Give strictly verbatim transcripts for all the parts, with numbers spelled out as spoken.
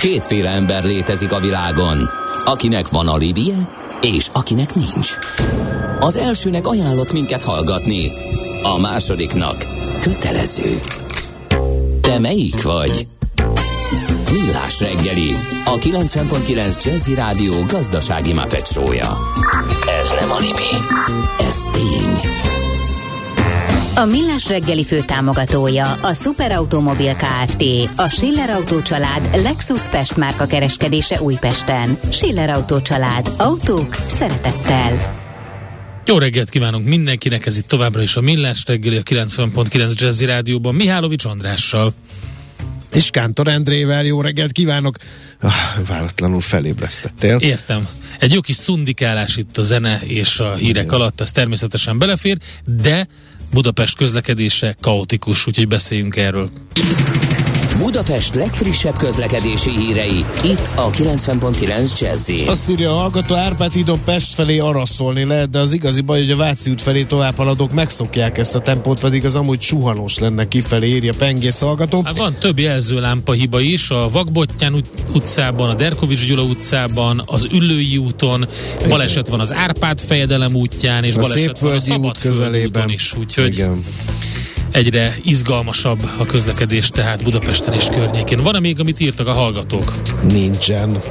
Kétféle ember létezik a világon, akinek van alibije, és akinek nincs. Az elsőnek ajánlott minket hallgatni, a másodiknak kötelező. Te melyik vagy? Millás reggeli, a kilencven pont kilenc Jazzy Rádió gazdasági Muppet show-ja. Ez nem anime, ez tény. A Millás reggeli főtámogatója a Superautomobil Kft. A Schiller Autó család Lexus Pest márka kereskedése Újpesten. Schiller Autó család. Autók szeretettel. Jó reggelt kívánunk mindenkinek, ez itt továbbra is a Millás reggeli, a kilencven pont kilenc Jazzy Rádióban Mihálovics Andrással. És Kántor Endrével jó reggelt kívánok. Ah, váratlanul felébresztettél. Értem. Egy jó kis szundikálás itt a zene és a hírek igen. alatt, az természetesen belefér, de Budapest közlekedése kaotikus, úgyhogy beszéljünk erről. Budapest legfrissebb közlekedési hírei, itt a kilencven pont kilenc Jazzy. Azt írja a hallgató, Árpád hídon Pest felé araszolni lehet, de az igazi baj, hogy a Váci út felé tovább haladók megszokják ezt a tempót, pedig az amúgy suhanós lenne kifelé, írja Pengész hallgató. Hát van több jelzőlámpa hiba is, a Vakbottyán ut- utcában, a Derkovics Gyula utcában, az Üllői úton, igen. baleset van az Árpád fejedelem útján, és a baleset van a Szabadföld úton is, úgyhogy... Igen. Egyre izgalmasabb a közlekedés tehát Budapesten és környékén. Van-e még, amit írtak a hallgatók? Nincsen.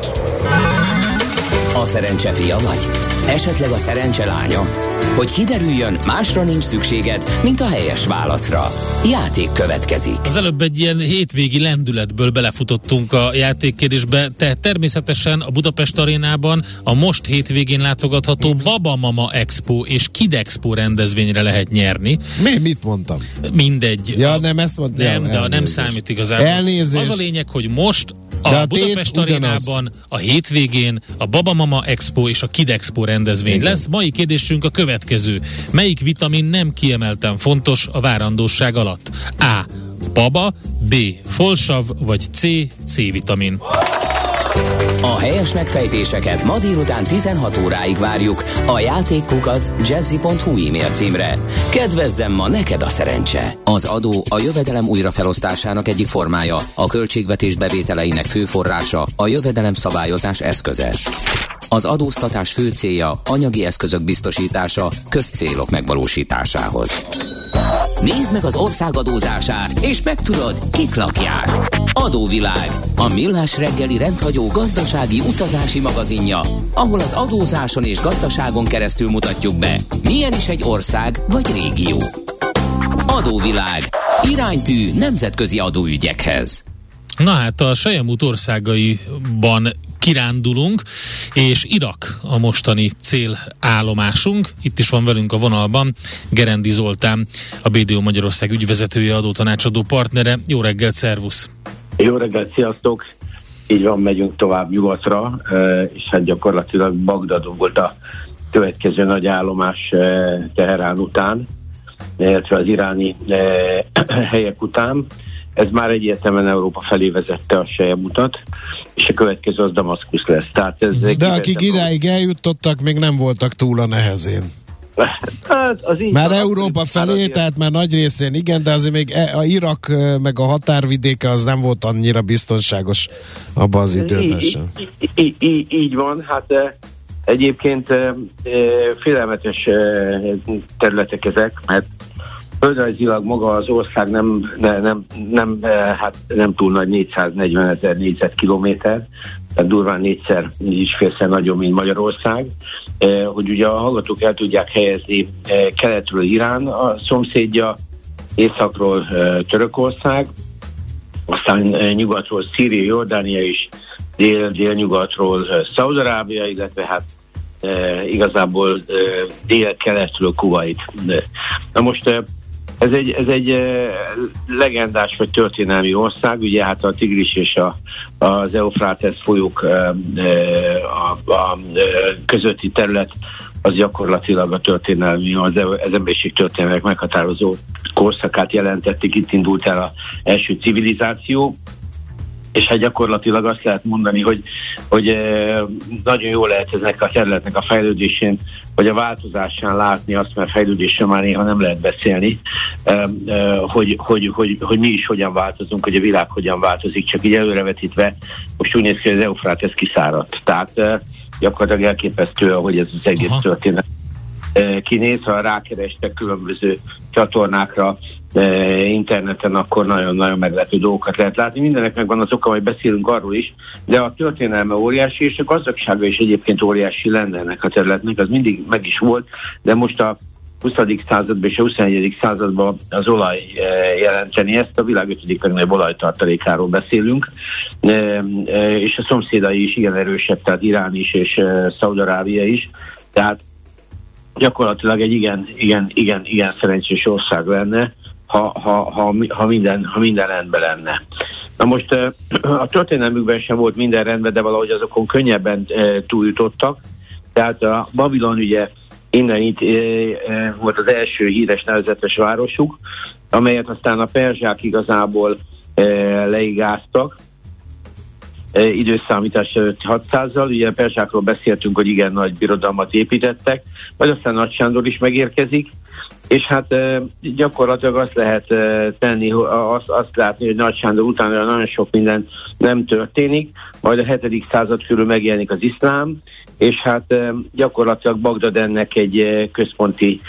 A szerencse fia vagy? Esetleg a szerencse lánya? Hogy kiderüljön, másra nincs szükséged, mint a helyes válaszra. Játék következik. Az előbb egy ilyen hétvégi lendületből belefutottunk a játékkérdésbe. Te természetesen a Budapest arénában a most hétvégén látogatható Baba Mama Expo és Kid Expo rendezvényre lehet nyerni. Mi? Mit mondtam? Mindegy. Ja, a, nem ezt mondtam. Nem, de nem számít igazából. Elnézést. Az a lényeg, hogy most a, a Budapest arénában a hétvégén a Baba Mama Expo és a Kid Expo rendezvény igen. lesz. Mai kérdésünk a következő. Melyik vitamin nem kiemelten fontos a várandóság alatt? A. Baba, B. Folsav, vagy C. C-vitamin. A helyes megfejtéseket ma délután tizenhat óráig várjuk a játékkukac jazzy pont hu e-mail címre. Kedvezzem ma neked a szerencse! Az adó a jövedelem újrafelosztásának egyik formája, a költségvetés bevételeinek fő forrása, a jövedelem szabályozás eszköze. Az adóztatás fő célja anyagi eszközök biztosítása közcélok megvalósításához. Nézd meg az ország adózását, és megtudod, kik lakják. Adóvilág, a millás reggeli rendhagyó gazdasági utazási magazinja, ahol az adózáson és gazdaságon keresztül mutatjuk be, milyen is egy ország vagy régió. Adóvilág, iránytű nemzetközi adóügyekhez. Na hát a Selyemút országaiban kirándulunk, és Irak a mostani célállomásunk. Itt is van velünk a vonalban Gerendi Zoltán, a bé dé o Magyarország ügyvezetője, adótanácsadó partnere. Jó reggelt, szervusz! Jó reggelt, sziasztok! Így van, megyünk tovább nyugatra, és hát gyakorlatilag Bagdadon volt a következő nagy állomás Teherán után, illetve az iráni helyek után. Ez már egyértelműen Európa felé vezette a Selyemútat, és a következő az Damaszkusz lesz. Tehát ez de akik idáig eljutottak, még nem voltak túl a nehezén. Hát, az így már van, Európa felé, azért... tehát már nagy részén igen, de azért még a Irak meg a határvidéke az nem volt annyira biztonságos abban az időben sem. Így, így, így, így van, hát egyébként félelmetes területek ezek, mert földrajzilag maga az ország nem, nem, nem, nem, hát nem túl nagy, négyszáznegyvenezer négyzetkilométer, tehát durván négyszer is félszer nagyobb, mint Magyarország. Hogy ugye a hallgatók el tudják helyezni, keletről Irán a szomszédja, északról Törökország, aztán nyugatról Szíria, Jordánia is, dél, délnyugatról Szaúd-Arábia, illetve hát e, igazából e, dél-keletről Kuvait. Na most Ez egy, ez egy legendás vagy történelmi ország, ugye hát a Tigris és a, az Eufrátesz folyók a, a közötti terület az gyakorlatilag a történelmi, az, az emberiség történelmek meghatározó korszakát jelentették, itt indult el az első civilizáció, és hát gyakorlatilag azt lehet mondani, hogy, hogy nagyon jól lehet eznek a területnek a fejlődésén, vagy a változásán látni azt, mert fejlődésről már néha nem lehet beszélni, hogy, hogy, hogy, hogy mi is hogyan változunk, hogy a világ hogyan változik, csak így előrevetítve most úgy néz ki, hogy az Eufrátesz kiszáradt. Tehát gyakorlatilag elképesztő, hogy ez az egész Aha. történet kinéz, ha rákerestek különböző csatornákra, interneten, akkor nagyon-nagyon meglepő dolgokat lehet látni. Mindenek megvan az oka, hogy beszélünk arról is, de a történelme óriási, és a gazdagsága is egyébként óriási lenne ennek a területnek, az mindig meg is volt, de most a huszadik században és a huszonegyedik században az olaj jelenteni ezt, a világ ötödik legnagyobb olajtartalékáról beszélünk, és a szomszédai is igen erősebb, tehát Irán is és Szaúd-Arábia is, tehát gyakorlatilag egy igen, igen, igen, igen szerencsés ország lenne, ha, ha, ha, ha, minden, ha minden rendben lenne. Na most a történelmükben sem volt minden rendben, de valahogy azokon könnyebben túljutottak. Tehát a Babilon ugye innen itt volt az első híres nevezetes városuk, amelyet aztán a perzsák igazából leigáztak, időszámítás előtt hatszázzal, ugye a perzsákról beszéltünk, hogy igen nagy birodalmat építettek, majd aztán Nagy Sándor is megérkezik, és hát gyakorlatilag azt lehet tenni, azt, azt látni, hogy Nagy Sándor után nagyon sok minden nem történik, majd a hetedik század körül megjelenik az iszlám, és hát gyakorlatilag Bagdad ennek egy központi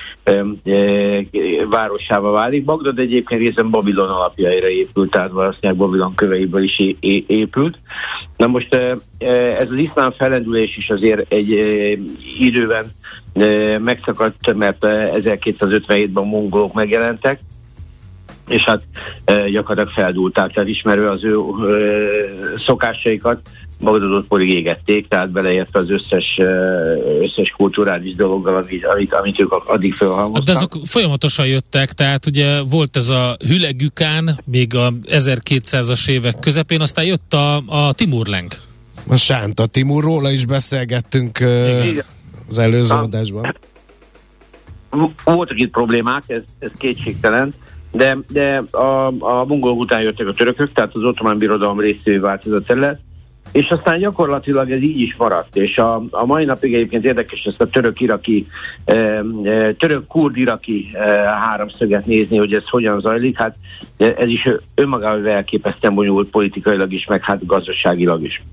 városává válik. Bagdad egyébként részben Babilon alapjaira épült, tehát valószínűleg Babilon köveiből is épült. Na most ez az iszlám fellendülés is azért egy időben megszakadt, mert ezerkétszázötvenhétben a mongolok megjelentek, és hát gyakorlatilag feldúlták, tehát ismerő az ő szokásaikat, Bagdadot pedig égették, tehát beleértve az összes, összes kulturális dologgal, amit, amit, amit ők addig felhalmoztak. De azok folyamatosan jöttek, tehát ugye volt ez a Hülegükán, még a ezerkétszázas évek közepén, aztán jött a, a Timur-Lenk. A Sánta Timur, róla is beszélgettünk Igen. az előző adásban. Voltak itt problémák, ez, ez kétségtelen, de, de a, a mongolok után jöttek a törökök, tehát az Ottomán Birodalom részévé vált ez a terület, és aztán gyakorlatilag ez így is maradt, és a, a mai napig egyébként érdekes ezt a török-iraki, e, e, török-kurd-iraki e, háromszöget nézni, hogy ez hogyan zajlik, hát ez is önmagában elképesztően bonyolult politikailag is, meg hát gazdaságilag is.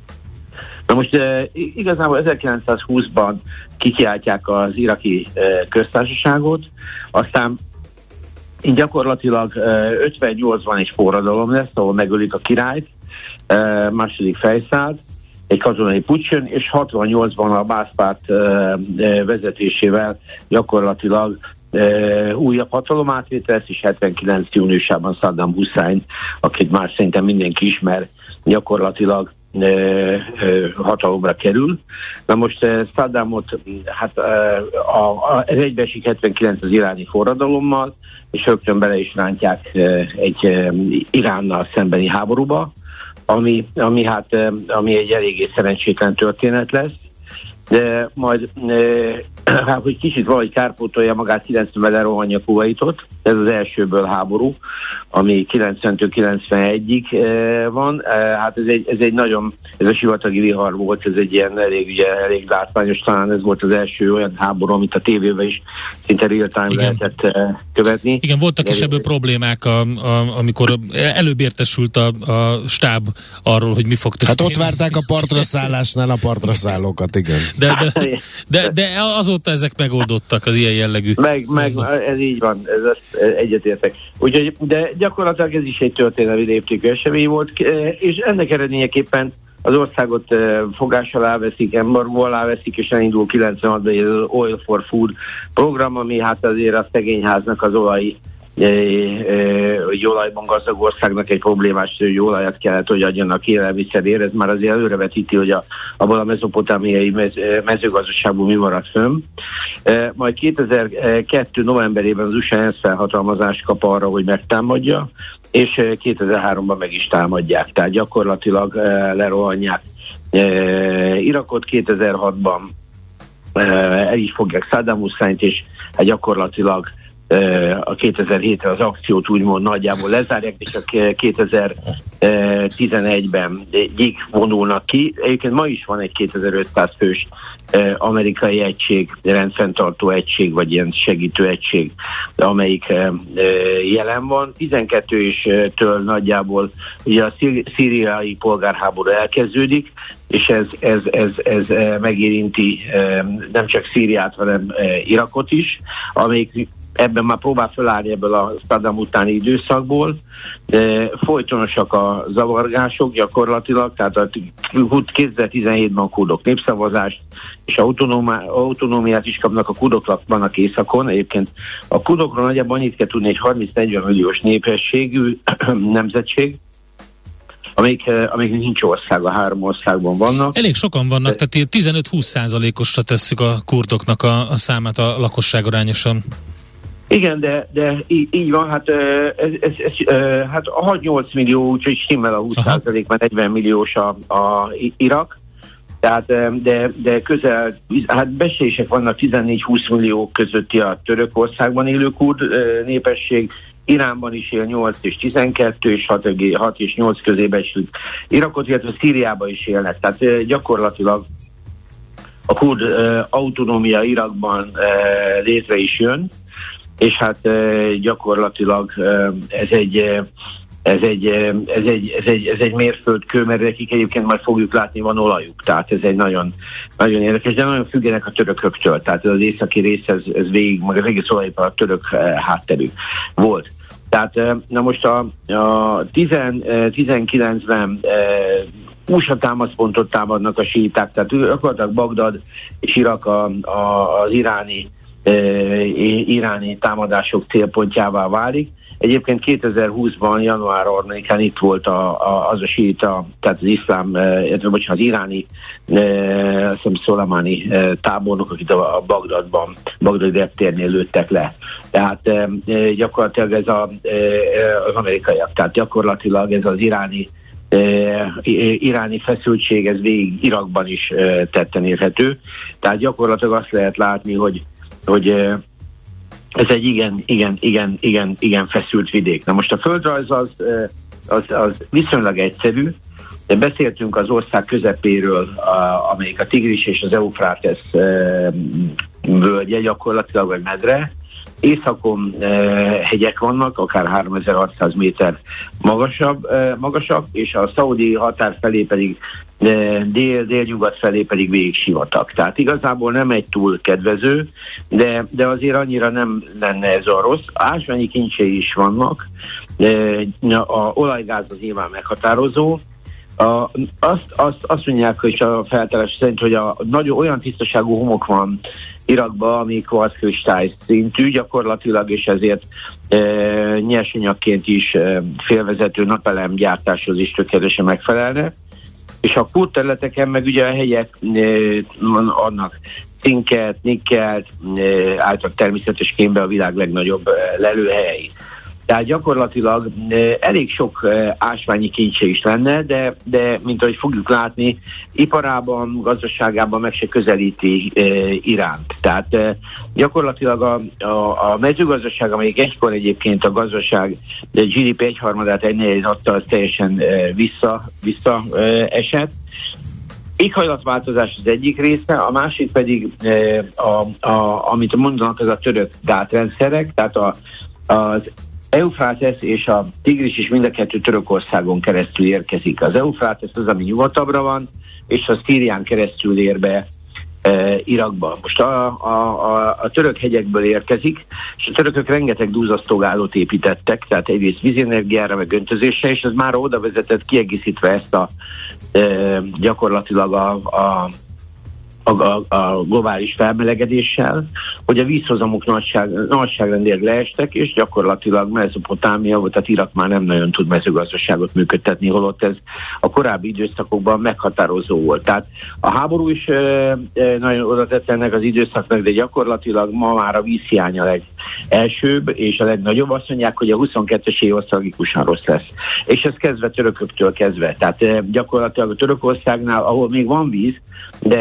Na most e, igazából ezerkilencszázhúszban kikiáltják az iraki e, köztársaságot, aztán így gyakorlatilag e, ötvennyolcban is forradalom lesz, ahol megölik a királyt, e, második Fejszált, egy katonai puccsön, és hatvannyolcban a Bász-párt e, e, vezetésével gyakorlatilag e, újabb hatalomátvétel lesz, és hetvenkilenc júniusában Saddam Hussein, akit már szerintem mindenki ismer, gyakorlatilag e, e, hatalomra kerül. Na most e, Saddamot, hát e, a, a, ez egybeesik hetvenkilenc az iráni forradalommal, és rögtön bele is rántják e, egy e, Iránnal szembeni háborúba, ami, ami hát ami egy eléggé szerencsétlen történet lesz, de majd hát, hogy kicsit valahogy kárpótolja magát, kilencvenben lerohanja Kuvaitot, ez az elsőből háború, ami kilencventől kilencvenegyig van, hát ez egy, ez egy nagyon, ez a sivatagi vihar volt, ez egy ilyen elég, ugye, elég látványos, talán ez volt az első olyan háború, amit a tévében is szinte real-time Igen. lehetett követni. Igen, voltak is ebből problémák, a, a, amikor előbb értesült a, a stáb arról, hogy mi fog történni. Hát ott várták a partra szállásnál a partra szállókat, igen. De, de, de, de azóta ezek megoldottak, az ilyen jellegű. Meg, meg ez így van, ez egyetértek. Úgyhogy, de gyakorlatilag ez is egy történelmi léptékű esemény volt, és ennek eredményeképpen az országot fogás alá veszik, embargó alá veszik, és elindul kilencvenhatban az Oil for Food program, ami hát azért a szegényháznak az olaj, hogy olajban gazdag országnak egy problémás, hogy olajat kellett, hogy adjanak élelmiszerért, ez már azért előrevetíti, hogy a, abban a mezopotámiai mez, mezőgazdaságban mi maradt fönn. E, majd kétezer-kettő novemberében az u es á ENSZ felhatalmazást kap arra, hogy megtámadja, és kétezer-háromban meg is támadják, tehát gyakorlatilag e, lerohanják e, Irakot, kétezer-hatban e, el is fogják Saddam Husseint, és hát gyakorlatilag a kétezer-hétre az akciót úgymond nagyjából lezárják, és a kétezer-tizenegyben gyík vonulnak ki. Egyébként ma is van egy kétezer-ötszáz fős amerikai egység, rendfenntartó egység, vagy ilyen segítő egység, amelyik jelen van. tizenkettő és-től nagyjából ugye a szíriai polgárháború elkezdődik, és ez, ez, ez, ez megérinti nem csak Szíriát, hanem Irakot is, amelyik ebben már próbál felállni ebből a Saddam utáni időszakból. De folytonosak a zavargások gyakorlatilag, tehát a kétezer-tizenhétben a kurdok népszavazást és autonómiát is kapnak, a kurdok vannak északon. Egyébként a kurdokról nagyjából annyit kell tudni, egy harminc-negyven milliós népességű nemzetség, amelyik, amelyik nincs ország, a három országban vannak. Elég sokan vannak, de, tehát tizenöt-húsz százalékosra tesszük a kurdoknak a, a számát a lakosság arányosan. Igen, de, de így, így van, hát, ez, ez, ez, hát a hat-nyolc millió, úgyhogy stimmel a húsz százalék, mert negyven milliós a, a Irak, tehát, de, de közel, hát beszélések vannak tizennégy-húsz millió közötti a Törökországban élő kurd népesség, Iránban is él nyolc és tizenkettő, és hat és nyolc közé becsült Irakot, illetve Szíriában is élnek, tehát gyakorlatilag a kurd autonómia Irakban létre is jön, és hát gyakorlatilag ez egy, ez egy, ez egy, ez egy, ez egy mérföldkő, mert nekik egyébként majd fogjuk látni, van olajuk, tehát ez egy nagyon, nagyon érdekes, de nagyon függenek a törököktől, tehát az északi rész, ez, ez végig, meg az egész olajipar a török hátterű volt. Tehát na most a, a tizenkilencben u es á támaszpontot támadnak a síiták, tehát gyakorlatilag Bagdad és Irak a, a, az iráni iráni támadások célpontjává válik. Egyébként kétezer-húszban, január harmadikán itt volt a, a, az a síita, tehát az iszlám, illetve bocsánat, az iráni azt hiszem Szolajmáni tábornok, akit a, a Bagdadban, Bagdadi reptérnél lőttek le. Tehát gyakorlatilag ez a, az amerikaiak, tehát gyakorlatilag ez az iráni iráni feszültség, ez végig Irakban is tetten érhető. Tehát gyakorlatilag azt lehet látni, hogy hogy ez egy igen, igen, igen, igen, igen feszült vidék. Na most a földrajz az, az, az viszonylag egyszerű, de beszéltünk az ország közepéről, amelyik a Tigris és az Eufrátesz völgye gyakorlatilag, vagy medre. Északon hegyek vannak, akár háromezer-hatszáz méter magasabb, magasabb, és a szaudi határ felé pedig dél, délnyugat felé pedig végig sivatag. Tehát igazából nem egy túl kedvező, de, de azért annyira nem lenne ez a rossz. Ásványi kincsei is vannak, a olajgáz az nyilván meghatározó. A, azt, azt, azt mondják, hogy a feltárás szerint, hogy a nagyon olyan tisztaságú homok van Irakban, ami kvarckristály szintű gyakorlatilag, és ezért e, nyersanyagként is e, félvezető napelemgyártáshoz is tökéletesen megfelelne. És a kurd területeken meg ugye a hegyek e, annak cinket, nikkelt, e, által természetes kémbe a világ legnagyobb e, lelőhelyei. Tehát gyakorlatilag e, elég sok e, ásványi kincse is lenne, de, de mint ahogy fogjuk látni, iparában, gazdaságában meg se közelíti e, Iránt. Tehát e, gyakorlatilag a, a, a mezőgazdaság, amelyik egykor egyébként a gazdaság gé dé pé egyharmadát egynegyedét adta, az teljesen e, vissza, vissza e, esett. Éghajlatváltozás az egyik része, a másik pedig, e, a, a, amit mondanak, az a török gátrendszerek, tehát a, az Eufrátesz és a Tigris is mind a kettő Törökországon keresztül érkezik. Az Eufrátesz az, ami nyugatabbra van, és a Szírián keresztül ér be e, Irakba. Most a, a, a, a török hegyekből érkezik, és a törökök rengeteg duzzasztogálót építettek, tehát egyrészt vízenergiára, meg öntözésre, és ez már oda vezetett, kiegészítve ezt a e, gyakorlatilag a, a A, a, a globális felmelegedéssel, hogy a vízhozamok nagyság, nagyságrendileg leestek, és gyakorlatilag Mezopotámia, tehát Irak már nem nagyon tud mezőgazdaságot működtetni, holott ez a korábbi időszakokban meghatározó volt. Tehát a háború is e, e, nagyon oda tett ennek az időszaknak, de gyakorlatilag ma már a vízhiány a legelsőbb, és a legnagyobb. Azt mondják, hogy a huszonkettes év az tragikusan rossz lesz. És ez kezdve törököktől kezdve. Tehát e, gyakorlatilag a Törökországnál, ahol még van víz, de, de már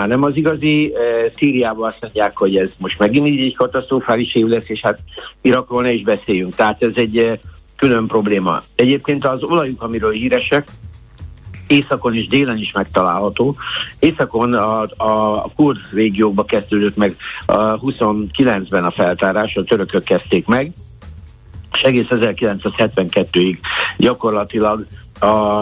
már nem az igazi. Szíriában azt mondják, hogy ez most megint így egy katasztrofális év lesz, és hát Irakról ne is beszéljünk. Tehát ez egy külön probléma. Egyébként az olajuk, amiről híresek, északon és délen is megtalálható. Északon a, a, a kurd régiókba kezdődött meg a huszonkilencben a feltárás, a törökök kezdték meg, és egész ezerkilencszázhetvenkettőig gyakorlatilag a,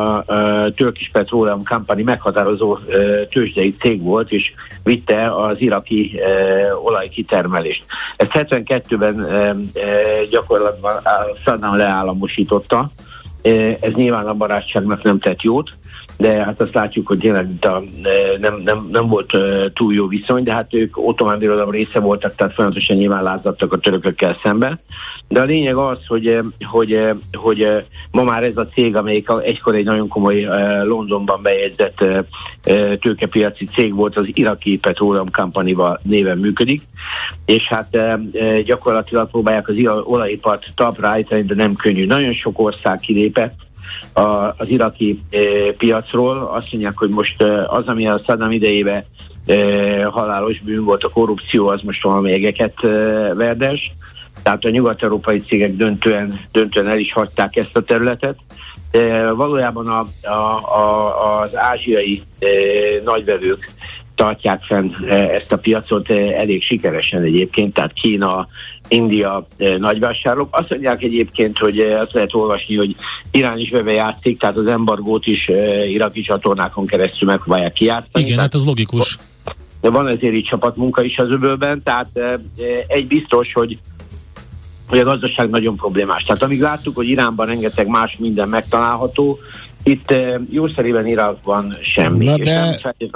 a Turkish Petroleum Company meghatározó e, tőzsdei cég volt, és vitte az iraki e, olajkitermelést. Ezt hetvenkettőben e, e, gyakorlatban Saddam leállamosította. E, ez nyilván a barátságnak nem tett jót, de hát azt látjuk, hogy tényleg a, nem, nem, nem volt uh, túl jó viszony, de hát ők ottomán birodalom része voltak, tehát folyamatosan nyilván lázadtak a törökökkel szemben. De a lényeg az, hogy, hogy, hogy ma már ez a cég, amelyik egykor egy nagyon komoly uh, Londonban bejegyzett uh, tőkepiaci cég volt, az iraki Petroleum Company néven működik, és hát uh, gyakorlatilag próbálják az olajipart talpra állítani, de nem könnyű. Nagyon sok ország kilépett az iraki e, piacról. Azt mondják, hogy most e, az, ami a Saddam idejében e, halálos bűn volt, a korrupció, az most valami egeket e, verdes. Tehát a nyugat-európai cégek döntően, döntően el is hagyták ezt a területet. E, valójában a, a, a, az ázsiai e, nagyvevők tartják fenn ezt a piacot elég sikeresen egyébként, tehát Kína, India nagyvásárlók. Azt mondják egyébként, hogy azt lehet olvasni, hogy Irán is bebe játszik, tehát az embargót is iraki csatornákon keresztül megpróbálják kijátszani. Igen, hát ez logikus. De van ezért így csapatmunka is az öbölben, tehát egy biztos, hogy hogy a gazdaság nagyon problémás. Tehát amíg láttuk, hogy Iránban rengeteg más minden megtalálható, itt jószerében Irakban semmi. Na de...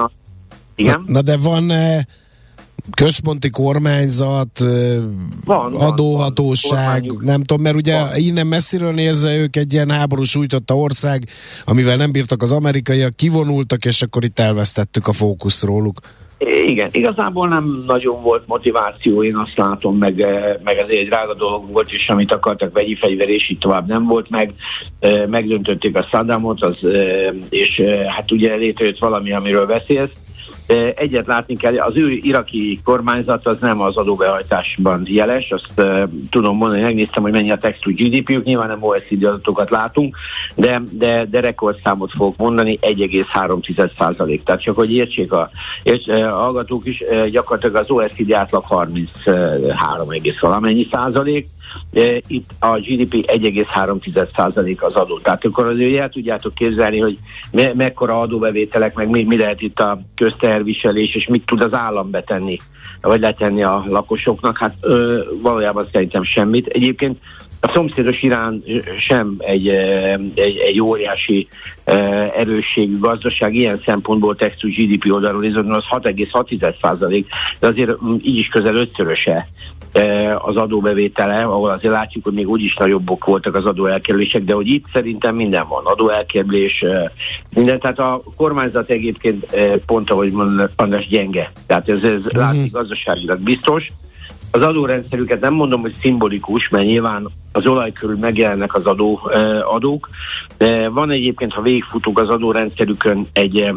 Igen? Na, na de van eh, központi kormányzat, eh, van, adóhatóság, van, nem tudom, mert ugye van. Innen messziről nézve ők egy ilyen háborús újtotta ország, amivel nem bírtak az amerikaiak, kivonultak, és akkor itt elvesztettük a fókuszt róluk. Igen, igazából nem nagyon volt motiváció, én azt látom, meg, meg ez egy drága dolog volt, és amit akartak, vegyi fegyver, és így tovább nem volt meg. Megdöntötték a Saddamot, az, és hát ugye létrejött valami, amiről beszélsz. Egyet látni kell, az ő iraki kormányzat az nem az adóbehajtásban jeles, azt uh, tudom mondani, megnéztem, hogy mennyi a tax-to gé dé pé-ük, nyilván nem o e cé dé adatokat látunk, de, de, de rekordszámot fogok mondani, egy egész három százalék. Tehát csak hogy értsék a, érts, uh, a hallgatók is, uh, gyakorlatilag az o e cé dé átlag harminchárom egész valamennyi százalék, uh, itt a gé dé pé egy egész három százalék az adó. Tehát akkor azért el tudjátok képzelni, hogy me- mekkora adóbevételek, meg mi, mi lehet itt a közteherviselés, és mit tud az állam betenni, vagy letenni a lakosoknak. Hát ö, valójában szerintem semmit. Egyébként a szomszédos Irán sem egy, egy, egy óriási erősségű gazdaság, ilyen szempontból tax to gé dé pé oldalról nézve, az hat egész hat százalék, de azért így is közel ötszöröse az adóbevétele, ahol azért látjuk, hogy még úgyis nagyobbok voltak az adóelkerülések, de hogy itt szerintem minden van, adóelkerülés, minden, tehát a kormányzat egyébként pont, ahogy mondom, András, gyenge, tehát ez, ez uh-huh. látszik gazdaságilag biztos. Az adórendszerüket nem mondom, hogy szimbolikus, mert nyilván az olaj körül megjelennek az adó, adók. Van egyébként, ha végigfutunk az adórendszerükön egy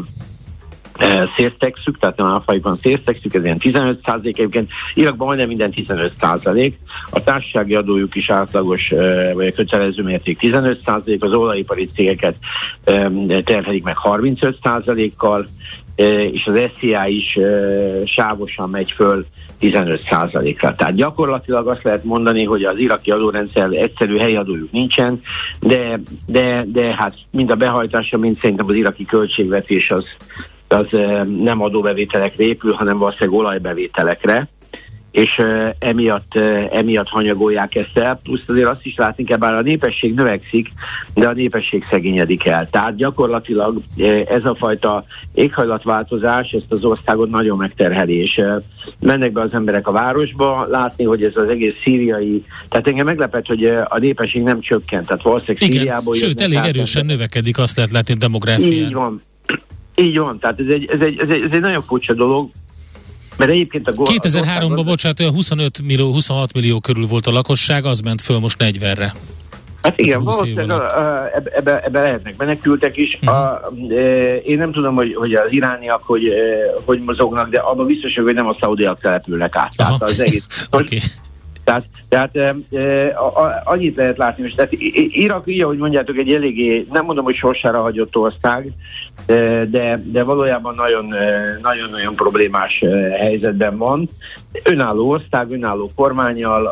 szértexük, tehát nem áfaiban szértexük, ez ilyen tizenöt százalék, egyébként Irakban majdnem minden tizenöt százalék, a társasági adójuk is átlagos, vagy a kötelező mérték tizenöt százalék, az olajipari cégeket terhelik meg harmincöt százalékkal, és az es zé á is sávosan megy föl tizenöt százalékra. Tehát gyakorlatilag azt lehet mondani, hogy az iraki adórendszer egyszerű helyadójuk nincsen, de, de, de hát mind a behajtása, mind szerintem az iraki költségvetés az, az nem adóbevételekre épül, hanem valószínűleg olajbevételekre, és uh, emiatt, uh, emiatt hanyagolják ezt el, plusz azért azt is látni kell, bár a népesség növekszik, de a népesség szegényedik el. Tehát gyakorlatilag uh, ez a fajta éghajlatváltozás ezt az országot nagyon megterheli, és uh, mennek be az emberek a városba, látni, hogy ez az egész szíriai, tehát engem meglepett, hogy uh, a népesség nem csökkent, tehát valószínűleg igen, Szíriából sőt, elég erősen növekedik, azt lehet látni demográfián. Így van. Így van, tehát ez egy, ez egy, ez egy, ez egy nagyon furcsa dolog. Mert egyébként a kétezer-háromban, bocsánat, olyan huszonöt millió, huszonhat millió körül volt a lakosság, az ment föl most negyvenre. Hát igen, valószínűleg ebbe, ebbe lehetnek menekültek is. Uh-huh. A, e, én nem tudom, hogy, hogy az irániak hogy, e, hogy mozognak, de abban biztos, hogy nem a szaudiak települnek át. Aha. Tehát az egész... Okay. Tehát, tehát e, a, a, annyit lehet látni, és tehát Irak, így ahogy mondjátok, egy eléggé, nem mondom, hogy sorsára hagyott ország, de, de valójában nagyon, nagyon-nagyon problémás helyzetben van. Önálló ország, önálló kormánnyal,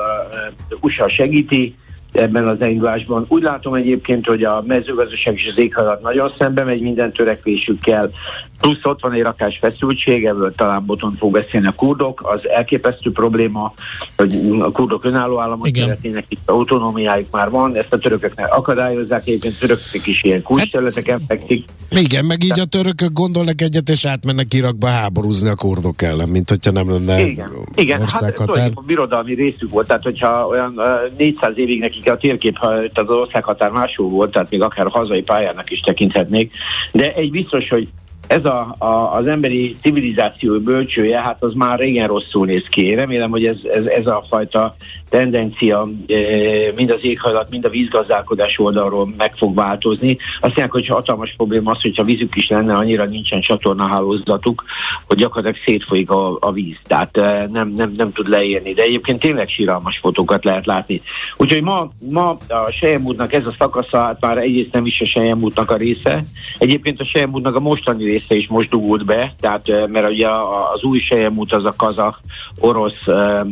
u es á segíti ebben az elindulásban. Úgy látom egyébként, hogy a mezőgazdaság és az éghajlat nagyon szembe megy minden törekvésükkel, plusz ott van egy rakás feszültség, ebből talán Botond fog beszélni a kurdok, az elképesztő probléma, hogy a kurdok önálló államot szeretnének, itt autonómiájuk már van, ezt a törököknek akadályozzák, egyébként a törökök is ilyen kulcsterületeken fekszik. Igen, meg így a törökök gondolnak egyet, és átmennek Irakba háborúzni a kurdok ellen, mint hogyha nem lenne igen, igen, országhatár. Hát a birodalmi részük volt, tehát hogyha olyan uh, négyszáz évig nekik a térkép, tehát az országhatár máshol volt, tehát még akár hazai pályának is tekinthetnék, de egy biztos, hogy ez a, a, az emberi civilizáció bölcsője, hát az már régen rosszul néz ki. Remélem, hogy ez, ez, ez a fajta tendencia e, mind az éghajlat, mind a vízgazdálkodás oldalról meg fog változni. Azt mondják, hogy hatalmas probléma az, hogyha vízük is lenne, annyira nincsen csatornahálózatuk, hogy gyakorlatilag szétfolyik a, a víz. Tehát e, nem, nem, nem tud leérni. De egyébként tényleg síralmas fotókat lehet látni. Úgyhogy ma, ma a Selyemútnak ez a szakasza, hát már egyrészt nem is a Selyemútnak a része. Egyébként a Selyemútnak a mostani része is most dugult be, tehát mert ugye az új Selyemút az a kazakh, orosz,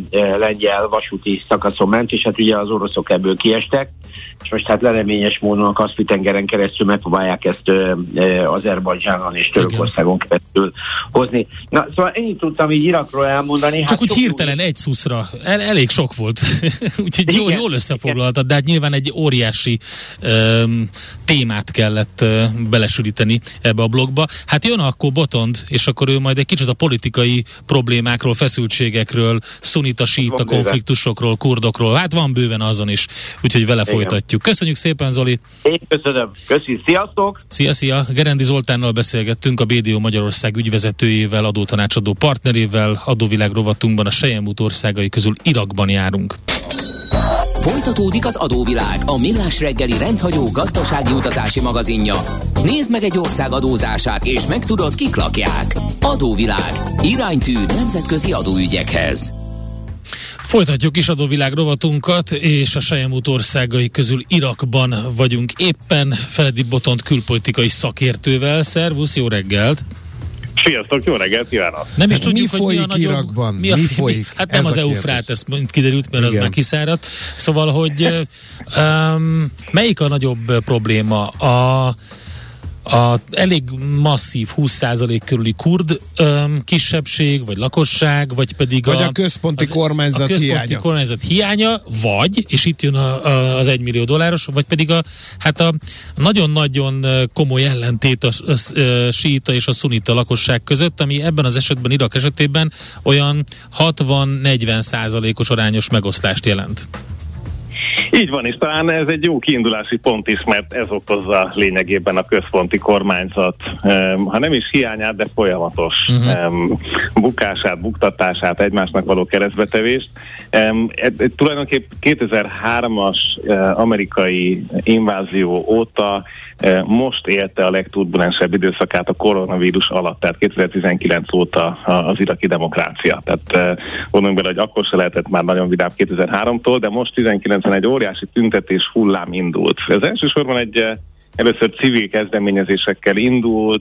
lengyel vasúti szakaszon ment, és hát ugye az oroszok ebből kiestek, és most hát lereményes módon a Kaszpi-tengeren keresztül megpróbálják ezt Azerbajdzsánon és Törökországon keresztül hozni. Na, szóval ennyit tudtam így Irakról elmondani. Csak hát úgy hirtelen egy szuszra. El, elég sok volt. Úgyhogy jó, jól összefoglaltad, de hát nyilván egy óriási um, témát kellett uh, belesülíteni ebbe a blogba. Hát jön akkor Botond, és akkor ő majd egy kicsit a politikai problémákról, feszültségekről, szunita, síita konfliktusokról, kurdokról. Hát van bőven azon is, úgyhogy vele igen. Folytatjuk. Köszönjük szépen, Zoli! Én köszönöm. Köszi. Sziasztok! Szia, szia! Gerendi Zoltánnal beszélgettünk, a bé dé o Magyarország ügyvezetőjével, adótanácsadó partnerével, adóvilág rovatunkban a Selyemút országai közül Irakban járunk. Folytatódik az Adóvilág, a millás reggeli rendhagyó gazdasági utazási magazinja. Nézd meg egy ország adózását, és megtudod, kik lakják. Adóvilág. Iránytű nemzetközi adóügyekhez. Folytatjuk is adóvilág rovatunkat, és a Selyemút országai közül Irakban vagyunk éppen Feledi Botond külpolitikai szakértővel. Szervusz, jó reggelt! Sziasztok, jó reggelt, kívánok! Nem is tudjuk, mi hogy folyik mi a nagyobb, Irakban? Mi, a, mi folyik? Hát nem ez az Eufrát, ez kiderült, mert igen. Az már kiszáradt. Szóval, hogy um, melyik a nagyobb probléma? A A elég masszív húsz százalék körüli kurd öm, kisebbség, vagy lakosság, vagy pedig vagy a, a központi az, kormányzat a központi hiánya. kormányzat hiánya, vagy, és itt jön a, a, az egymillió dolláros, vagy pedig a, hát a nagyon-nagyon komoly ellentét a, a, a síita és a szunita lakosság között, ami ebben az esetben, Irak esetében olyan hatvan-negyven százalékos arányos megoszlást jelent. Így van, és talán ez egy jó kiindulási pont is, mert ez okozza lényegében a központi kormányzat, um, ha nem is hiányát, de folyamatos uh-huh. um, bukását, buktatását, egymásnak való keresztbetevést. Um, e, e, tulajdonképpen kétezer-hármas uh, amerikai invázió óta uh, most élte a legturbulensebb időszakát a koronavírus alatt, tehát kétezer-tizenkilenc óta az iraki demokrácia. Tehát uh, gondoljunk bele, hogy akkor se lehetett már nagyon vidám kétezer-háromtól, de most tizenkilencben egy óriási tüntetés hullám indult. Ez elsősorban egy először civil kezdeményezésekkel indult,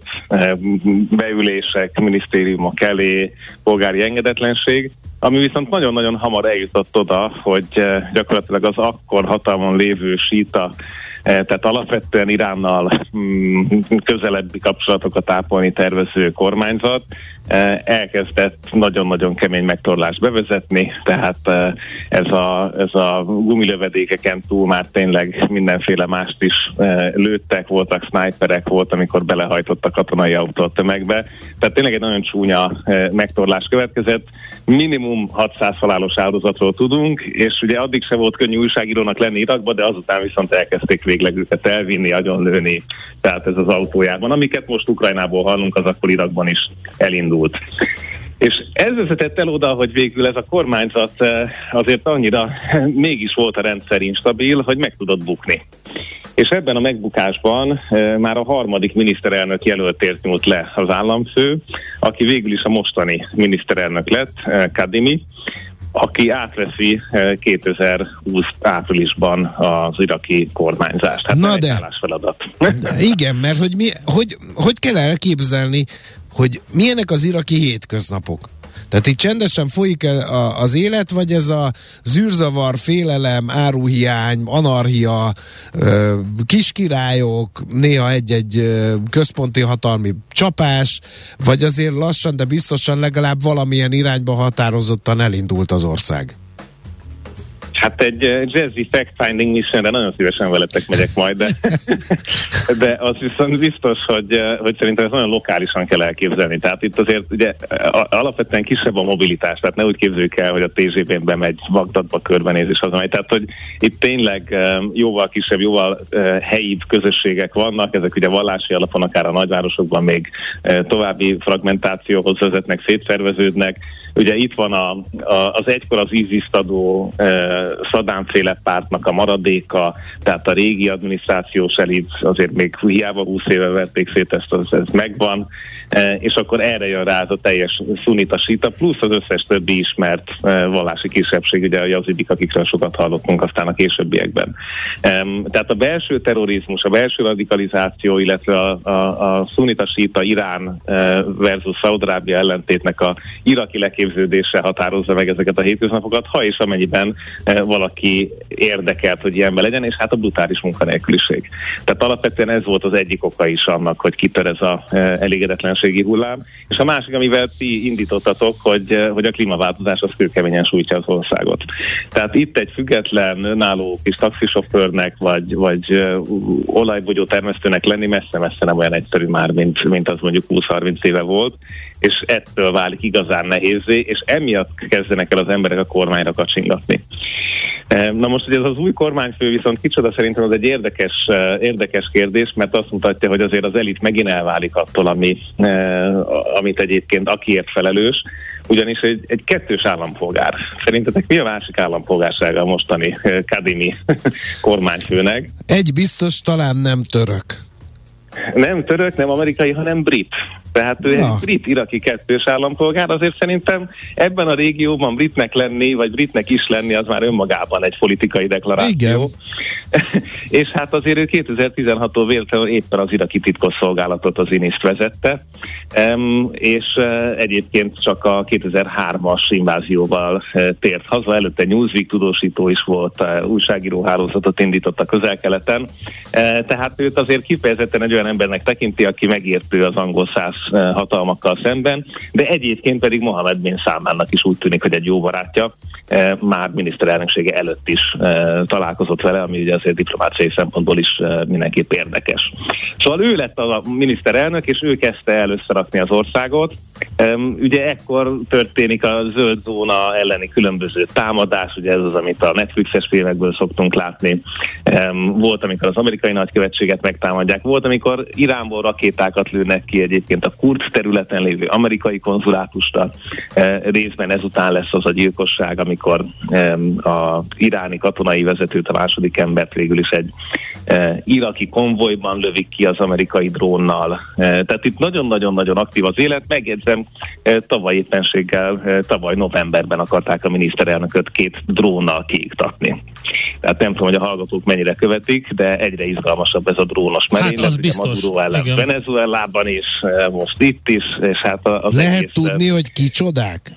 beülések minisztériumok elé, polgári engedetlenség, ami viszont nagyon-nagyon hamar eljutott oda, hogy gyakorlatilag az akkor hatalmon lévő síita, tehát alapvetően Iránnal közelebbi kapcsolatokat ápolni tervező kormányzat elkezdett nagyon-nagyon kemény megtorlást bevezetni, tehát ez a, ez a gumilövedékeken túl már tényleg mindenféle mást is lőttek, voltak sniperek, volt, amikor belehajtott a katonai autó a tömegbe, tehát tényleg egy nagyon csúnya megtorlás következett, minimum hatszáz halálos áldozatról tudunk, és ugye addig se volt könnyű újságírónak lenni Irakba, de azután viszont elkezdték végleg őket elvinni, agyonlőni, tehát ez az autójában. Amiket most Ukrajnából hallunk, az akkor Irakban is elindult. És ez vezetett el oda, hogy végül ez a kormányzat azért annyira mégis volt a rendszer instabil, hogy meg tudott bukni. És ebben a megbukásban e, már a harmadik miniszterelnök jelöltért nyúlt le az államfő, aki végül is a mostani miniszterelnök lett, e, Kadhimi, aki átveszi e, kétezer-húsz áprilisban az iraki kormányzást. Hát Na de, állásfeladat. De igen, mert hogy, mi, hogy, hogy kell elképzelni, hogy milyenek az iraki hétköznapok? Tehát itt csendesen folyik az élet, vagy ez a zűrzavar, félelem, áruhiány, anarchia, kiskirályok, néha egy-egy központi hatalmi csapás, vagy azért lassan, de biztosan legalább valamilyen irányba határozottan elindult az ország? Hát egy jazzy fact-finding missionre nagyon szívesen veletek megyek majd, de, de az viszont biztos, hogy, hogy szerintem ez nagyon lokálisan kell elképzelni. Tehát itt azért ugye alapvetően kisebb a mobilitás, tehát ne úgy képzeljük el, hogy a té zé bén bemegy Bagdadba körbenézés az, amely. Tehát, hogy itt tényleg jóval kisebb, jóval helyibb közösségek vannak, ezek ugye vallási alapon akár a nagyvárosokban még további fragmentációhoz vezetnek, szétszerveződnek. Ugye itt van a, a, az egykor az ISIS-t adó Szaddám-féle pártnak a maradéka, tehát a régi adminisztrációs elit azért még hiába húsz éve verték szét, ezt, az, ez megvan, e, és akkor erre jön rá az a teljes szunita síta, plusz az összes többi ismert e, vallási kisebbség, ugye a jazidik, akikről sokat hallottunk aztán a későbbiekben. E, tehát a belső terrorizmus, a belső radikalizáció, illetve a, a, a szunita síta Irán e, versus Szaúd-Arábia ellentétnek a iraki leképződése határozza meg ezeket a hétköznapokat, ha és amennyiben e, valaki érdekelt, hogy ilyenben legyen, és hát a brutális munkanélküliség. Tehát alapvetően ez volt az egyik oka is annak, hogy kitör ez a e, elégedetlenségi hullám. És a másik, amivel ti indítottatok, hogy, e, hogy a klímaváltozás az kőkeményen sújtja az országot. Tehát itt egy független, önálló kis taxisofőrnek, vagy, vagy e, olajbogyó termesztőnek lenni messze-messze nem olyan egyszerű már, mint, mint az mondjuk húsz-harminc éve volt, és ettől válik igazán nehézzé, és emiatt kezdenek el az emberek a kormányra kacsingatni. Na most, hogy ez az új kormányfő viszont kicsoda, szerintem az egy érdekes, érdekes kérdés, mert azt mutatja, hogy azért az elit megint elválik attól, ami, amit egyébként akiért felelős, ugyanis egy, egy kettős állampolgár. Szerintetek mi a másik állampolgársága a mostani Kadhimi kormányfőnek? Egy biztos, talán nem török. Nem török, nem amerikai, hanem brit. Tehát ő egy brit-iraki kettős állampolgár, azért szerintem ebben a régióban britnek lenni, vagy britnek is lenni, az már önmagában egy politikai deklaráció. És hát azért ő kétezer-tizenhattól véletlenül éppen az iraki titkosszolgálatot, az INIS-t vezette, um, és uh, egyébként csak a kétezer-hármas invázióval uh, tért haza, előtte Newsweek tudósító is volt, uh, újságíró hálózatot indított a Közel-Keleten, uh, tehát őt azért kifejezetten egy olyan embernek tekinti, aki megértő az angol száz hatalmakkal szemben, de egyébként pedig Mohamed bin Salmannak is úgy tűnik, hogy egy jó barátja, e, már miniszterelnöksége előtt is e, találkozott vele, ami ugye azért diplomáciai szempontból is e, mindenképp érdekes. Szóval ő lett a miniszterelnök, és ő kezdte el összerakni az országot. E, ugye ekkor történik a zöld zóna elleni különböző támadás, ugye ez az, amit a Netflixes filmekből szoktunk látni. E, volt, amikor az amerikai nagykövetséget megtámadják, volt, amikor Iránból rakétákat lőnek ki egyébként a kurd területen lévő amerikai konzulátusra. E, részben ezután lesz az a gyilkosság, amikor e, a iráni katonai vezetőt, a második embert végül is egy e, iraki konvojban lövik ki az amerikai drónnal. E, tehát itt nagyon-nagyon-nagyon aktív az élet. Megjegyzem, e, tavaly éppenséggel, e, tavaly novemberben akarták a miniszterelnököt két drónnal kiiktatni. Tehát nem tudom, hogy a hallgatók mennyire követik, de egyre izgalmasabb ez a drónos merénylet. Hát az biztos. Maduro ellen Venezuelában is, most itt is, és hát az lehet egész, tudni, hogy kicsodák?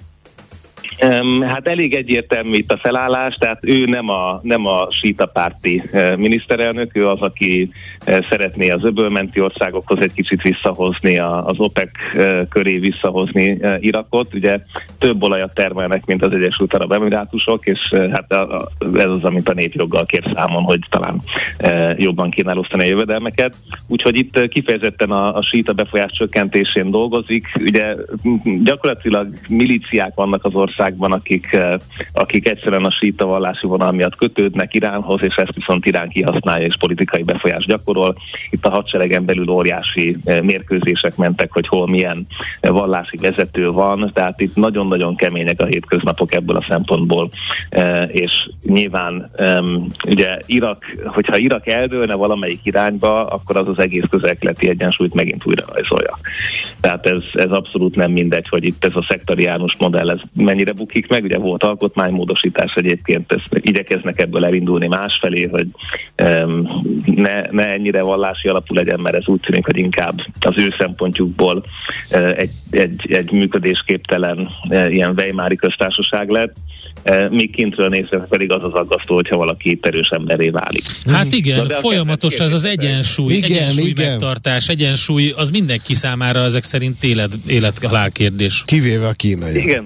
Um, hát elég egyértelmű itt a felállás, tehát ő nem a, nem a síta párti uh, miniszterelnök, ő az, aki uh, szeretné az öbölmenti országokhoz egy kicsit visszahozni, a, az OPEC uh, köré visszahozni uh, Irakot. Ugye több olajat termelnek, mint az Egyesült Arab Emirátusok, és uh, hát a, a, ez az, amit a népjoggal kér számon, hogy talán uh, jobban kéne elosztani a jövedelmeket. Úgyhogy itt uh, kifejezetten a, a síta befolyás csökkentésén dolgozik. Ugye gyakorlatilag milíciák vannak az ország országban, akik, akik egyszerűen a síita vallási vonal miatt kötődnek Iránhoz, és ezt viszont Irán kihasználja és politikai befolyást gyakorol. Itt a hadseregen belül óriási mérkőzések mentek, hogy hol milyen vallási vezető van, tehát itt nagyon-nagyon kemények a hétköznapok ebből a szempontból, és nyilván ugye Irak, hogyha Irak eldőlne valamelyik irányba, akkor az az egész közel-keleti egyensúlyt megint újra rajzolja. Tehát ez, ez abszolút nem mindegy, hogy itt ez a szektariánus modell ez mennyire bukik meg, ugye volt alkotmánymódosítás egyébként, ezt igyekeznek ebből elindulni másfelé, hogy um, ne, ne ennyire vallási alapú legyen, mert ez úgy tűnik, hogy inkább az ő szempontjukból uh, egy, egy, egy működésképtelen uh, ilyen weimári köztársaság lett, uh, míg kintről nézve pedig az az aggasztó, hogyha valaki erős emberré válik. Hát igen, de folyamatos ez az egyensúly, igen, egyensúly igen. megtartás, egyensúly, az mindenki számára ezek szerint élet, élet-halál kérdés. Kivéve a kínai. Igen.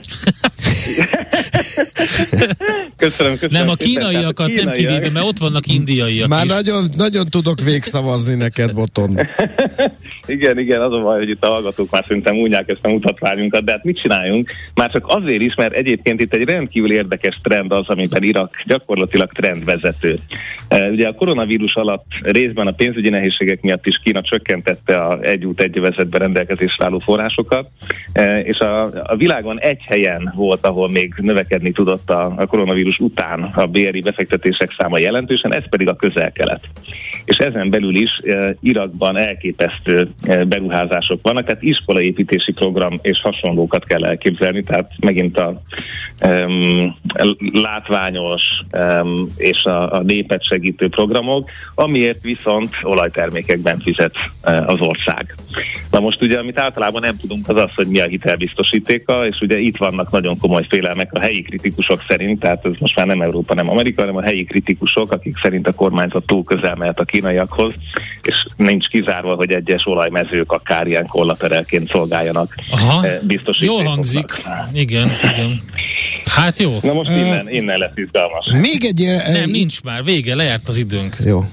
köszönöm, köszönöm. Nem, a kínaiakat a nem kivéve, mert ott vannak indiaiak Már is. nagyon, nagyon tudok végszavazni neked, Boton. igen, igen, az a baj, hogy itt a hallgatók már szerintem unják ezt a mutatványunkat, de hát mit csináljunk? Már csak azért is, mert egyébként itt egy rendkívül érdekes trend az, amiben Irak gyakorlatilag trendvezető. Ugye a koronavírus alatt részben a pénzügyi nehézségek miatt is Kína csökkentette a egy út egy övezetben rendelkezésre álló forrásokat, és a, a világon egy helyen volt, ahol még növekedni tudott a, a koronavírus után a bé er i befektetések száma jelentősen, ez pedig a Közel-Kelet. És ezen belül is e, Irakban elképesztő e, beruházások vannak, tehát iskolaépítési program és hasonlókat kell elképzelni, tehát megint a e, látványos e, és a, a népet segítő programok, amiért viszont olajtermékekben fizet e, az ország. Na most ugye, amit általában nem tudunk, az az, hogy mi a hitelbiztosítéka, és ugye itt vannak nagyon komoly félelmek a helyi kritikusok szerint, tehát ez most már nem Európa, nem Amerika, hanem a helyi kritikusok, akik szerint a kormányzat túl közel mehet a kínaiakhoz, és nincs kizárva, hogy egyes olajmezők akár ilyen kollaterálként szolgáljanak. Aha, biztosítékoknak. jól hangzik. Igen, igen. Hát jó. Na most innen, innen lesz izgalmas. Még egy ilyen... Nem, nincs már, vége, lejárt az időnk. Jó.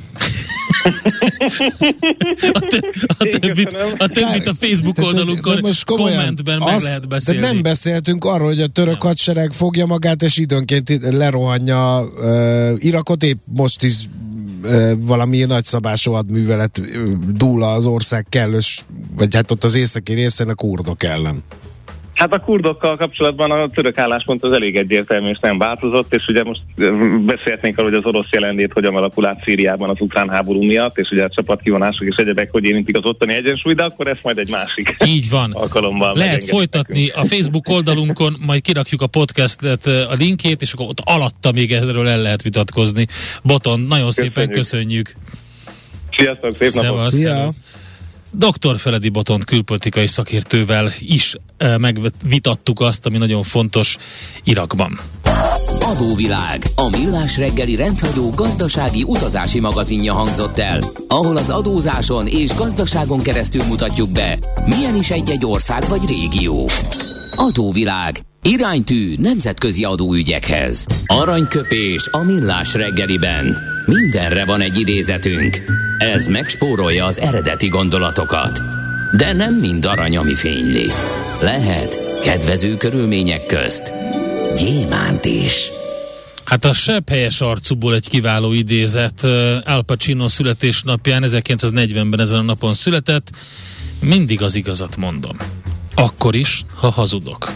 a, tö- a, többit, a többit a Facebook oldalunkon kommentben meg azt, lehet beszélni. De nem beszéltünk arról, hogy a török hadsereg fogja magát, és időnként lerohanja uh, Irakot, épp most is uh, valami nagyszabású hadművelet uh, dúl az ország kellős, vagy hát ott az északi részén a kurdok ellen. Hát a kurdokkal kapcsolatban a török álláspont az elég egyértelmű, és nem változott, és ugye most beszélhetnénk arról, hogy az orosz jelenlét hogyan alakul át Szíriában az ukrán háború miatt, és ugye a csapatkivonások és egyebek, hogy érintik az ottani egyensúly, de akkor ezt majd egy másik Így van. alkalommal lehet folytatni nekünk. A Facebook oldalunkon, majd kirakjuk a podcastet, a linkjét, és akkor ott alatta még erről el lehet vitatkozni. Boton, nagyon köszönjük. Szépen köszönjük. Sziasztok, szép napot! Szia! doktor Feledi Botont külpolitikai szakértővel is e, megvitattuk azt, ami nagyon fontos Irakban. Adóvilág, a millás reggeli rendhagyó gazdasági utazási magazinja hangzott el, ahol az adózáson és gazdaságon keresztül mutatjuk be, milyen is egy-egy ország vagy régió. Adóvilág, iránytű nemzetközi adóügyekhez. Aranyköpés a millás reggeliben. Mindenre van egy idézetünk. Ez megspórolja az eredeti gondolatokat. De nem mind arany, ami fényli. Lehet kedvező körülmények közt gyémánt is. Hát a sebb helyes arcúból egy kiváló idézet. Al Pacino születésnapján ezerkilencszáznegyvenben ezen a napon született. Mindig az igazat mondom. Akkor is, ha hazudok.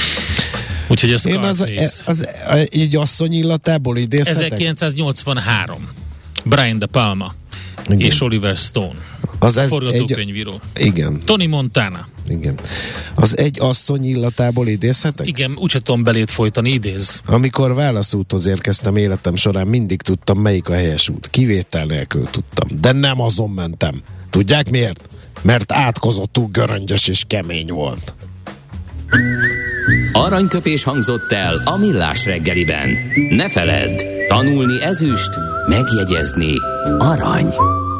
Úgyhogy ez Én az, az, az egy asszony illatából idézhetek? ezerkilencszáznyolcvanhárom. Brian De Palma. Igen. És Oliver Stone. Az ez forgatókönyvíró. Egy, igen. Tony Montana. Igen. Az egy asszony illatából idézhetek? Igen, úgyse tudom belét folytani, idéz. Amikor válaszúthoz érkeztem életem során, mindig tudtam, melyik a helyes út. Kivétel nélkül tudtam. De nem azon mentem. Tudják miért? Mert átkozottú göröngyös és kemény volt. Aranyköpés hangzott el a millás reggeliben. Ne feledd, tanulni ezüst, megjegyezni arany.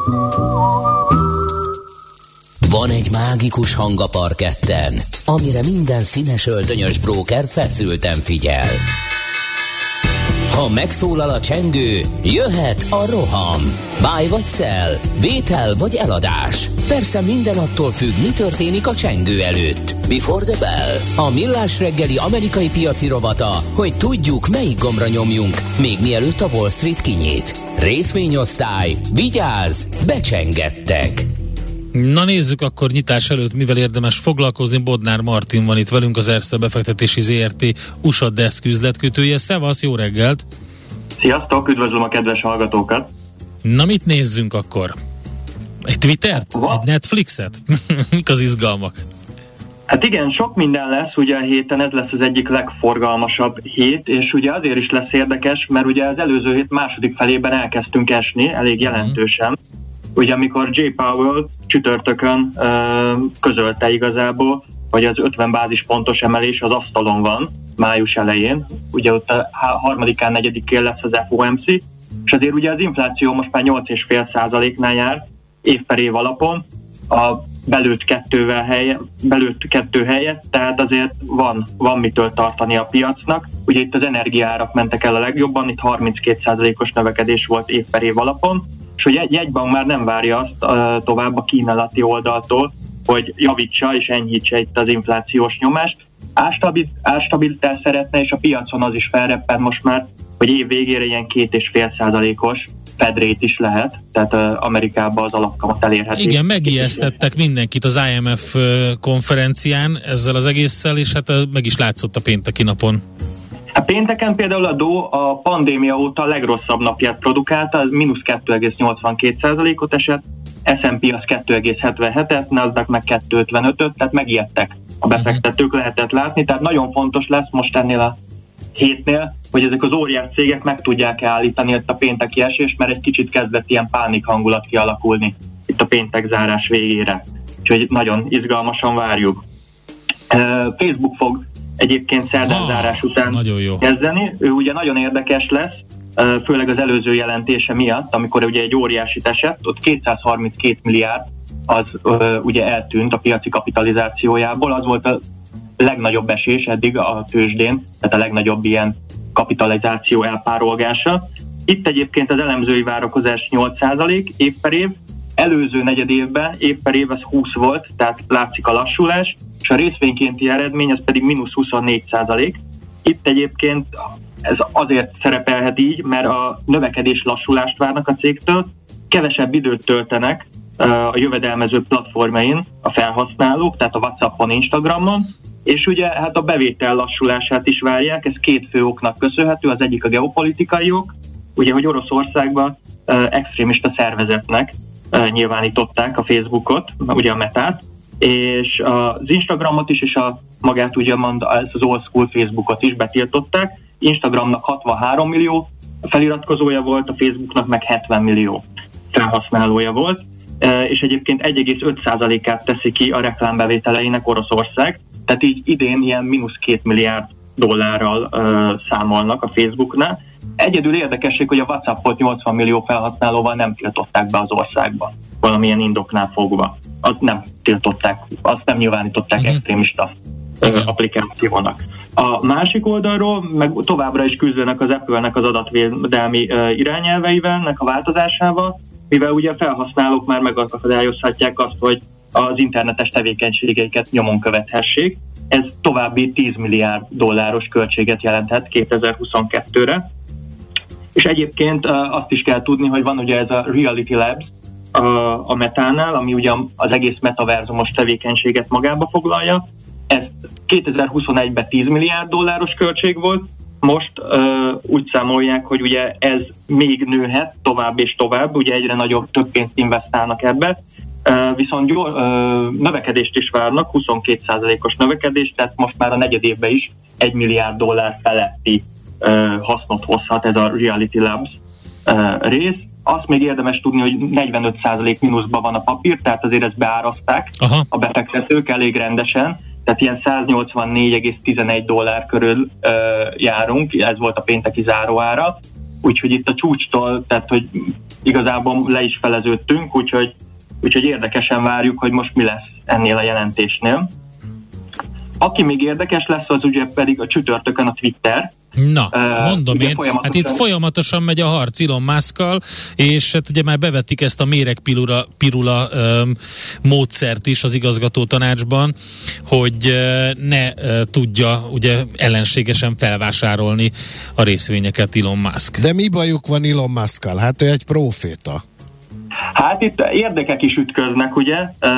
Van egy mágikus hang a parketten, amire minden színes öltönyös bróker feszülten figyel. Ha megszólal a csengő, jöhet a roham. Buy vagy sell, vétel vagy eladás. Persze minden attól függ, mi történik a csengő előtt. Before the bell. A millás reggeli amerikai piaci rovata, hogy tudjuk, melyik gombra nyomjunk, még mielőtt a Wall Street kinyit. Részvényosztály, vigyázz, becsengettek. Na nézzük akkor nyitás előtt, mivel érdemes foglalkozni. Bodnár Martin van itt velünk, az Erste Befektetési zé er té u es á Desk üzletkötője. Szevasz, jó reggelt! Sziasztok, üdvözlöm a kedves hallgatókat! Na mit nézzünk akkor? Egy Twittert? Va? Egy Netflixet? Mik az izgalmak? Hát igen, sok minden lesz, ugye a héten ez lesz az egyik legforgalmasabb hét, és ugye azért is lesz érdekes, mert ugye az előző hét második felében elkezdtünk esni, elég jelentősen. Uh-huh. Ugye amikor Jay Powell csütörtökön ö, közölte igazából, hogy az ötven bázispontos emelés az asztalon van május elején, ugye ott a harmadikán, negyedikén lesz az ef o em cé, és azért ugye az infláció most már nyolc egész öt százaléknál jár év per év alapon, a belőtt kettővel helye, belőtt kettő helyett, tehát azért van, van mitől tartani a piacnak. Ugye itt az energiaárak mentek el a legjobban, itt harminckét százalékos növekedés volt év per év alapon, és hogy egy jegybank már nem várja azt uh, tovább a kínálati oldaltól, hogy javítsa és enyhítse itt az inflációs nyomást. Árstabil, árstabilitást szeretne, és a piacon az is felreppen most már, hogy év végére ilyen két és fél százalékos Fed rate is lehet, tehát uh, Amerikában az alapkamat elérhető. Igen, megijesztettek mindenkit az i em ef konferencián ezzel az egésszel, és hát meg is látszott a pénteki napon. A pénteken például a Dow a pandémia óta a legrosszabb napját produkálta, az mínusz kettő egész nyolcvankét százalékot esett, es and pé az kettő egész hetvenhetet, Nasdaq meg kettő egész ötvenötöt, tehát megijedtek a befektetők, lehetett látni, tehát nagyon fontos lesz most ennél a hétnél, hogy ezek az óriás cégek meg tudják állítani itt a pénteki esést, mert egy kicsit kezdett ilyen pánik hangulat kialakulni itt a péntek zárás végére. Úgyhogy nagyon izgalmasan várjuk. Facebook fog egyébként szerdán ah, zárás után kezdeni. Ő ugye nagyon érdekes lesz, főleg az előző jelentése miatt, amikor ugye egy óriásit esett, ott kétszázharminckét milliárd az ugye eltűnt a piaci kapitalizációjából, az volt a legnagyobb esés eddig a tőzsdén, tehát a legnagyobb ilyen kapitalizáció elpárolgása. Itt egyébként az elemzői várakozás nyolc százalék év per év, előző negyed évben év per év az húsz volt, tehát látszik a lassulás, és a részvénykénti eredmény az pedig mínusz huszonnégy százalék. Itt egyébként ez azért szerepelhet így, mert a növekedés lassulást várnak a cégtől, kevesebb időt töltenek a jövedelmező platformjain a felhasználók, tehát a WhatsAppon, Instagramon, és ugye hát a bevétel lassulását is várják, ez két fő oknak köszönhető, az egyik a geopolitikai ok, ugye, hogy Oroszországban uh, extrémista szervezetnek uh, nyilvánították a Facebookot, ugye a Metát, és az Instagramot is, és a magát ugye ez az old school Facebookot is betiltották. Instagramnak hatvanhárom millió feliratkozója volt, a Facebooknak meg hetven millió felhasználója volt, uh, és egyébként egy egész öt százalékát teszi ki a reklámbevételeinek Oroszország, tehát így idén ilyen mínusz két milliárd dollárral uh, számolnak a Facebooknál. Egyedül érdekesség, hogy a WhatsAppot nyolcvan millió felhasználóval nem tiltották be az országba, valamilyen indoknál fogva. Azt nem tiltották, azt nem nyilvánították uh-huh. extrémista uh, applikációnak. A másik oldalról meg továbbra is küzdenek az Apple-nek az adatvédelmi uh, irányelveivel, nek a változásával, mivel ugye a felhasználók már megakadályozhatják azt, hogy az internetes tevékenységeiket nyomon követhessék. Ez további tíz milliárd dolláros költséget jelenthet kétezer-huszonkettőre. És egyébként azt is kell tudni, hogy van ugye ez a Reality Labs a Metánál, ami ugye az egész metaverzumos tevékenységet magába foglalja. Ez kétezer-huszonegyben tíz milliárd dolláros költség volt, most uh, úgy számolják, hogy ugye ez még nőhet tovább és tovább, ugye egyre nagyobb, több pénzt investálnak ebbe, Uh, viszont jó, uh, növekedést is várnak, huszonkét százalékos növekedést, tehát most már a negyed évben is egy milliárd dollár feletti uh, hasznot hozhat ez a Reality Labs uh, rész. Azt még érdemes tudni, hogy negyvenöt százalék mínuszban van a papír, tehát azért ezt beáraszták Aha. a befektetők elég rendesen, tehát ilyen száznyolcvannégy egész tizenegy dollár körül uh, járunk, ez volt a pénteki záróára, úgyhogy itt a csúcstól, tehát hogy igazából le is feleződtünk, úgyhogy Úgyhogy érdekesen várjuk, hogy most mi lesz ennél a jelentésnél. Aki még érdekes lesz, az ugye pedig a csütörtökön a Twitter. Na, uh, mondom én, hát itt folyamatosan megy a harc Elon Muskkal, és hát ugye már bevették ezt a méregpirula pirula, um, módszert is az igazgató tanácsban, hogy uh, ne uh, tudja ugye ellenségesen felvásárolni a részvényeket Elon Musk. De mi bajuk van Elon Muskkal? Hát ő egy proféta. Hát itt érdekek is ütköznek, ugye,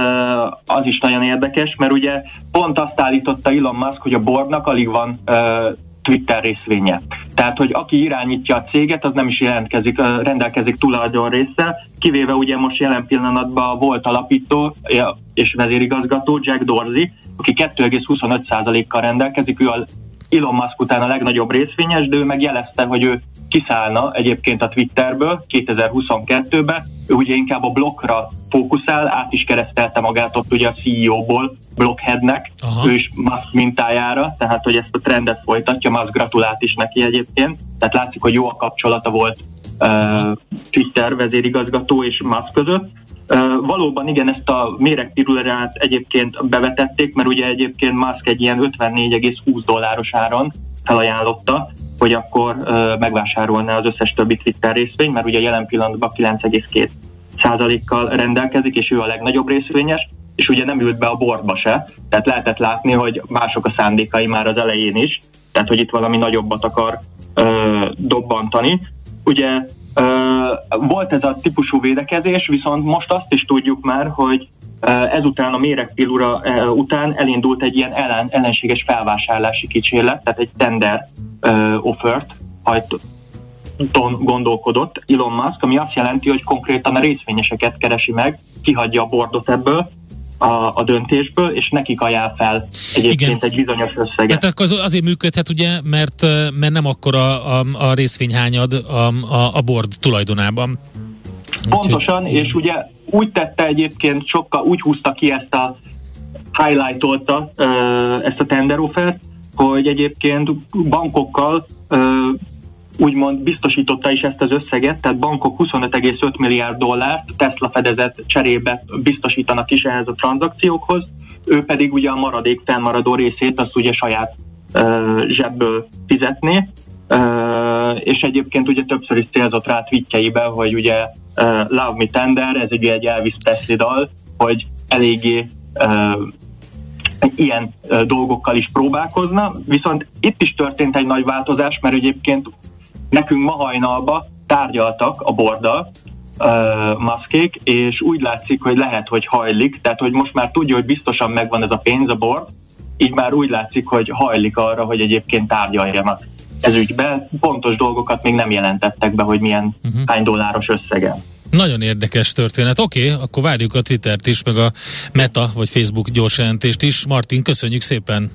az is nagyon érdekes, mert ugye pont azt állította Elon Musk, hogy a boardnak alig van Twitter részvénye. Tehát, hogy aki irányítja a céget, az nem is jelentkezik, rendelkezik tulajdonrésszel, kivéve ugye most jelen pillanatban volt alapító és vezérigazgató Jack Dorsey, aki kettő egész huszonöt százalékkal rendelkezik, ő a Elon Musk után a legnagyobb részvényes, de ő meg jelezte, hogy ő kiszállna egyébként a Twitterből kétezer-huszonkettőben, ő ugye inkább a blokkra fókuszál, át is keresztelte magát ott ugye a cé e ó-ból blockheadnek, ő is Musk mintájára, tehát hogy ezt a trendet folytatja, Musk gratulált is neki egyébként, tehát látszik, hogy jó a kapcsolata volt uh, Twitter vezérigazgató és Musk között. Uh, valóban igen, ezt a méregpirulát egyébként bevetették, mert ugye egyébként Musk egy ilyen ötvennégy egész húsz dolláros áron felajánlotta, hogy akkor uh, megvásárolná az összes többi Twitter részvény, mert ugye jelen pillanatban kilenc egész két százalékkal rendelkezik, és ő a legnagyobb részvényes, és ugye nem ült be a boardba se, tehát lehetett látni, hogy mások a szándékai már az elején is, tehát hogy itt valami nagyobbat akar uh, dobbantani. Ugye uh, volt ez a típusú védekezés, viszont most azt is tudjuk már, hogy uh, ezután a méregpillura uh, után elindult egy ilyen ellen, ellenséges felvásárlási kísérlet, tehát egy tender uh, offert hajt, gondolkodott Elon Musk, ami azt jelenti, hogy konkrétan a részvényeseket keresi meg, kihagyja a boardot ebből a, a döntésből, és nekik ajánl fel egyébként egy bizonyos összeget. Tehát az azért működhet, ugye, mert, mert nem akkora a, a részvényhányad a, a, a board tulajdonában. Pontosan, úgy, és ugye úgy tette egyébként, sokkal úgy húzta ki ezt a highlightolta ezt a tender offert, hogy egyébként bankokkal úgymond biztosította is ezt az összeget, tehát bankok huszonöt egész öt milliárd dollárt Tesla fedezet cserébe biztosítanak is ehhez a tranzakciókhoz, ő pedig ugye a maradék fennmaradó részét azt ugye saját uh, zsebből fizetné, uh, és egyébként ugye többször is célzott rá tweetjeibe, hogy ugye uh, Love Me Tender, ez ugye egy Elvis Presley dal, hogy eléggé uh, ilyen uh, dolgokkal is próbálkozna, viszont itt is történt egy nagy változás, mert egyébként nekünk ma hajnalban tárgyaltak a boarddal uh, Muskék, és úgy látszik, hogy lehet, hogy hajlik, tehát hogy most már tudja, hogy biztosan megvan ez a pénz a board, így már úgy látszik, hogy hajlik arra, hogy egyébként tárgyaljanak ez ügyben. Pontos dolgokat még nem jelentettek be, hogy milyen uh-huh. hány dolláros összegen. Nagyon érdekes történet. Oké, okay, akkor várjuk a Twittert is, meg a Meta vagy Facebook gyors jelentést is. Martin, köszönjük szépen!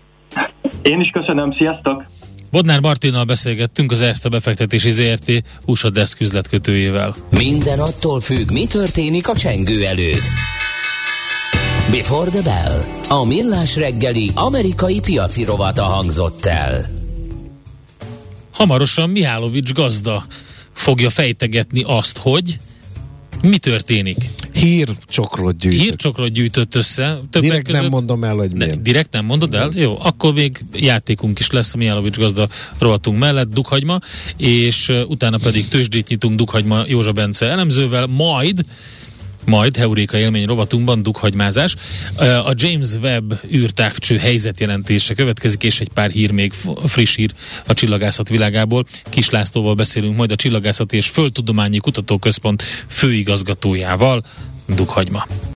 Én is köszönöm, sziasztok! Bodnár Martinnal beszélgettünk, az Erste befektetési zé er té u es á Desk üzletkötőjével. Minden attól függ, mi történik a csengő előtt. Before the Bell. A millás reggeli amerikai piaci rovata hangzott el. Hamarosan Mihálovics gazda fogja fejtegetni azt, hogy mi történik. Hírcsokrot gyűjtött. Hírcsokrot gyűjtött össze. Direkt között, nem mondom el, hogy miért. Direkt nem mondod el? Jó, akkor még játékunk is lesz a Mihálovics gazda rovatunk mellett, Dukhagyma, és uh, utána pedig tőzsdét nyitunk Dukhagyma Józsa Bence elemzővel, majd majd Heuréka élmény rovatunkban dukhagymázás. A James Webb űrtávcső helyzetjelentése következik, és egy pár hír még, friss hír a csillagászat világából. Kis Lászlóval beszélünk majd, a Csillagászati és Földtudományi Kutatóközpont főigazgatójával. Dukhagyma.